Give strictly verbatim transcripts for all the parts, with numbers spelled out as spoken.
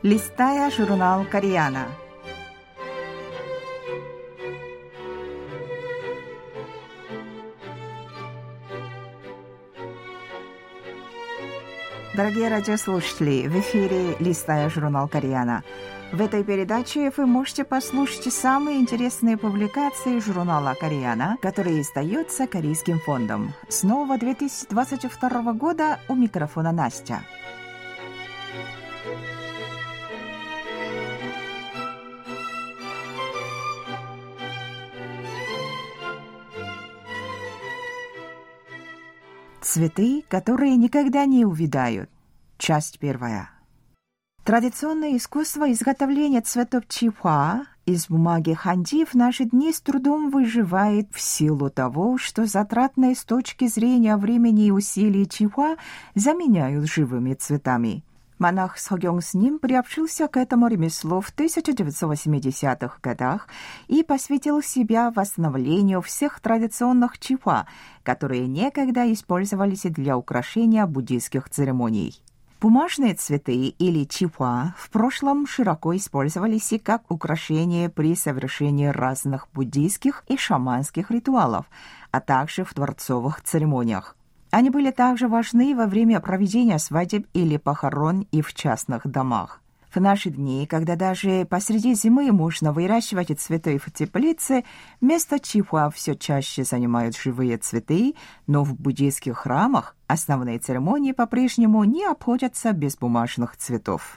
Листая журнал «Кореяна». Дорогие радиослушатели, в эфире «Листая журнал «Кореяна». В этой передаче вы можете послушать самые интересные публикации журнала «Кореяна», который издается Корейским фондом. С нового две тысячи двадцать второго года у микрофона Настя. Цветы, которые никогда не увядают. Часть первая. Традиционное искусство изготовления цветов чихуа из бумаги ханди в наши дни с трудом выживает в силу того, что затратные с точки зрения времени и усилий чихуа заменяют живыми цветами. Монах Согёng-сним приобщился к этому ремеслу в тысяча девятьсот восьмидесятых годах и посвятил себя восстановлению всех традиционных чихуа, которые некогда использовались для украшения буддийских церемоний. Бумажные цветы или чихуа в прошлом широко использовались и как украшение при совершении разных буддийских и шаманских ритуалов, а также в дворцовых церемониях. Они были также важны во время проведения свадеб или похорон и в частных домах. В наши дни, когда даже посреди зимы можно выращивать цветы в теплице, вместо чихуа все чаще занимают живые цветы, но в буддийских храмах основные церемонии по-прежнему не обходятся без бумажных цветов.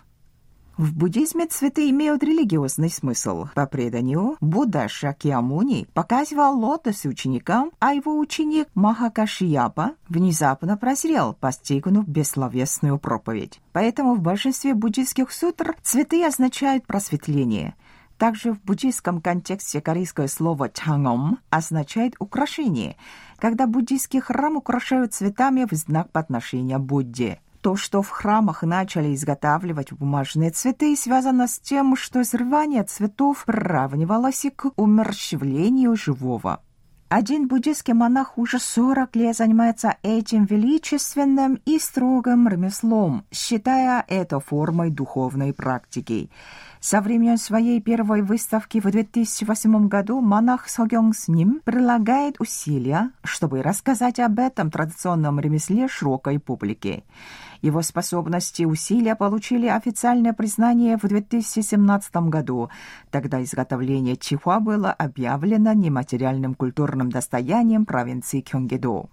В буддизме цветы имеют религиозный смысл. По преданию, Будда Шакьямуни показывал лотосы ученикам, а его ученик Махакашияпа внезапно прозрел, постигнув бессловесную проповедь. Поэтому в большинстве буддийских сутр цветы означают просветление. Также в буддийском контексте корейское слово «чангом» означает «украшение», когда буддийский храм украшают цветами в знак подношения Будде. То, что в храмах начали изготавливать бумажные цветы, связано с тем, что срывание цветов приравнивалось к умерщвлению живого. Один буддийский монах уже сорок лет занимается этим величественным и строгим ремеслом, считая это формой духовной практики. Со времен своей первой выставки в две тысячи восьмом году монах Согёng-сним прилагает усилия, чтобы рассказать об этом традиционном ремесле широкой публике. Его способности и усилия получили официальное признание в две тысячи семнадцатом году. Тогда изготовление чихуа было объявлено нематериальным культурным достоянием провинции Кёнгидо.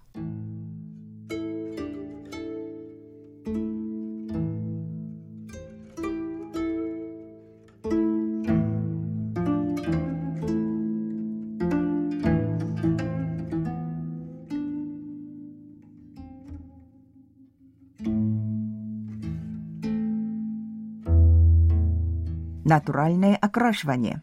Натуральное окрашивание.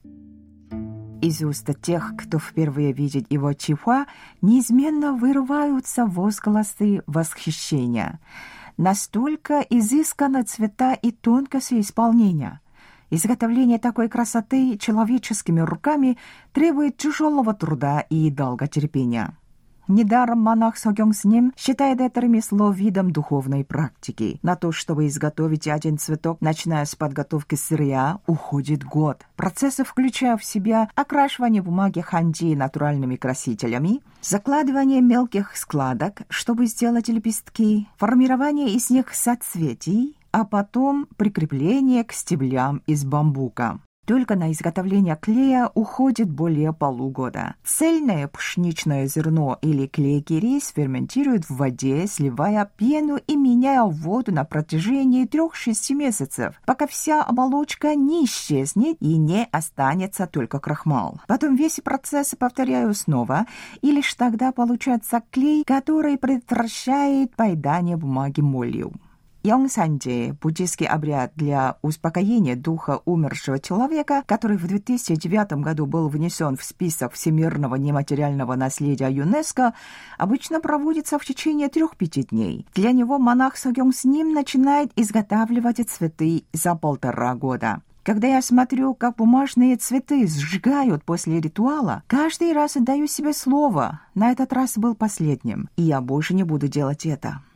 Из уст тех, кто впервые видит его чихуа, неизменно вырываются возгласы восхищения. Настолько изысканы цвета и тонкость исполнения. Изготовление такой красоты человеческими руками требует тяжелого труда и долготерпения. Недаром монах Согёng-сним считает это ремесло видом духовной практики. На то, чтобы изготовить один цветок, начиная с подготовки сырья, уходит год. Процессы включают в себя окрашивание бумаги ханди натуральными красителями, закладывание мелких складок, чтобы сделать лепестки, формирование из них соцветий, а потом прикрепление к стеблям из бамбука. Только на изготовление клея уходит более полугода. Цельное пшеничное зерно или клейкий рис ферментируют в воде, сливая пену и меняя воду на протяжении трех-шести месяцев, пока вся оболочка не исчезнет и не останется только крахмал. Потом весь процесс повторяю снова, и лишь тогда получается клей, который предотвращает поедание бумаги молью. Йонгсанже – буддийский обряд для успокоения духа умершего человека, который в две тысячи девятом году был внесен в список всемирного нематериального наследия ЮНЕСКО, обычно проводится в течение трех-пяти дней. Для него монах Согёng-сним начинает изготавливать цветы за полтора года. Когда я смотрю, как бумажные цветы сжигают после ритуала, каждый раз отдаю себе слово. На этот раз был последним, и я больше не буду делать это.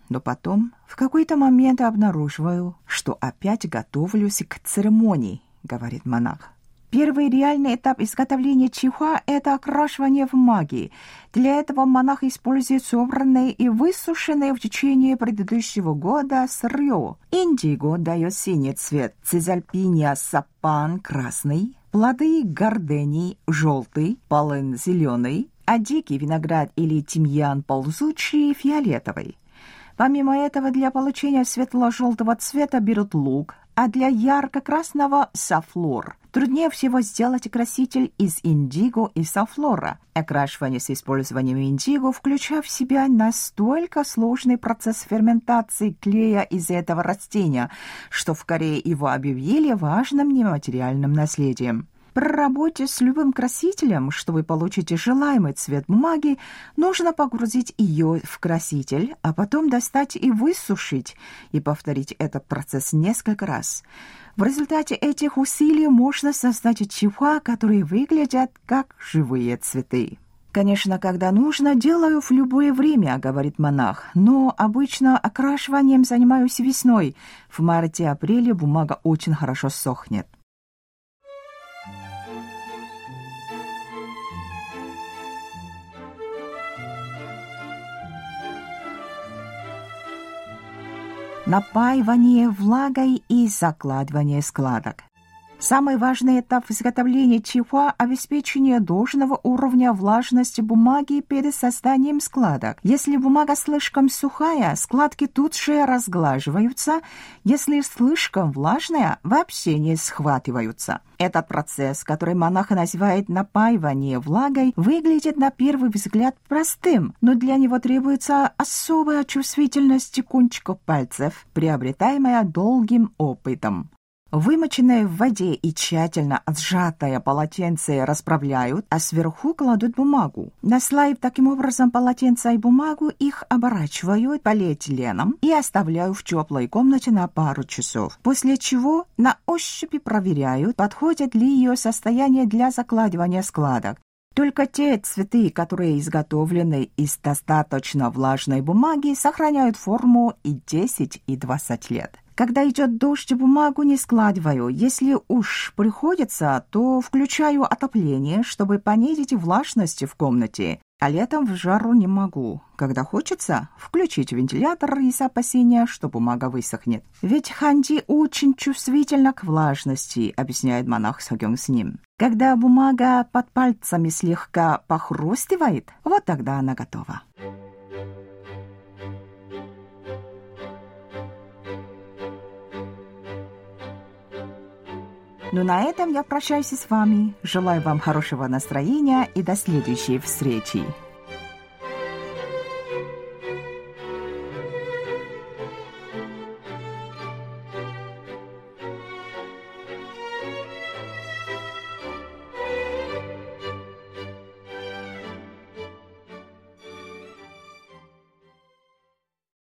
Но потом в какой-то момент обнаруживаю, что опять готовлюсь к церемонии, говорит монах. Первый реальный этап изготовления чихуа – это окрашивание в маги. Для этого монах использует собранное и высушенное в течение предыдущего года сырье. Индиго дает синий цвет, цезальпиния сапан – красный, плоды гордений – желтый, полын – зеленый, а дикий виноград или тимьян ползучий – фиолетовый. Помимо этого, для получения светло-желтого цвета берут лук, а для ярко-красного – сафлор. Труднее всего сделать краситель из индиго и сафлора. Окрашивание с использованием индиго включает в себя настолько сложный процесс ферментации клея из этого растения, что в Корее его объявили важным нематериальным наследием. При работе с любым красителем, чтобы получить желаемый цвет бумаги, нужно погрузить ее в краситель, а потом достать и высушить, и повторить этот процесс несколько раз. В результате этих усилий можно создать чихуа, которые выглядят как живые цветы. Конечно, когда нужно, делаю в любое время, говорит монах, но обычно окрашиванием занимаюсь весной. В марте-апреле бумага очень хорошо сохнет. Напаивание влагой и закладывание складок. Самый важный этап изготовления чихуа – обеспечение должного уровня влажности бумаги перед созданием складок. Если бумага слишком сухая, складки тут же разглаживаются. Если слишком влажная, вообще не схватываются. Этот процесс, который монах называет напаивание влагой, выглядит на первый взгляд простым, но для него требуется особая чувствительность кончиков пальцев, приобретаемая долгим опытом. Вымоченное в воде и тщательно отсжатое полотенце расправляют, а сверху кладут бумагу. Наслоив таким образом полотенце и бумагу, их оборачивают полиэтиленом и оставляют в теплой комнате на пару часов. После чего на ощупь проверяют, подходит ли ее состояние для закладывания складок. Только те цветы, которые изготовлены из достаточно влажной бумаги, сохраняют форму и десять, и двадцать лет. Когда идет дождь, бумагу не складываю. Если уж приходится, то включаю отопление, чтобы понизить влажность в комнате. А летом в жару не могу. Когда хочется, включить вентилятор из опасения, что бумага высохнет. Ведь ханди очень чувствительна к влажности, объясняет монах Согёng-сним. Когда бумага под пальцами слегка похрустывает, вот тогда она готова. Ну, на этом я прощаюсь с вами. Желаю вам хорошего настроения и до следующей встречи.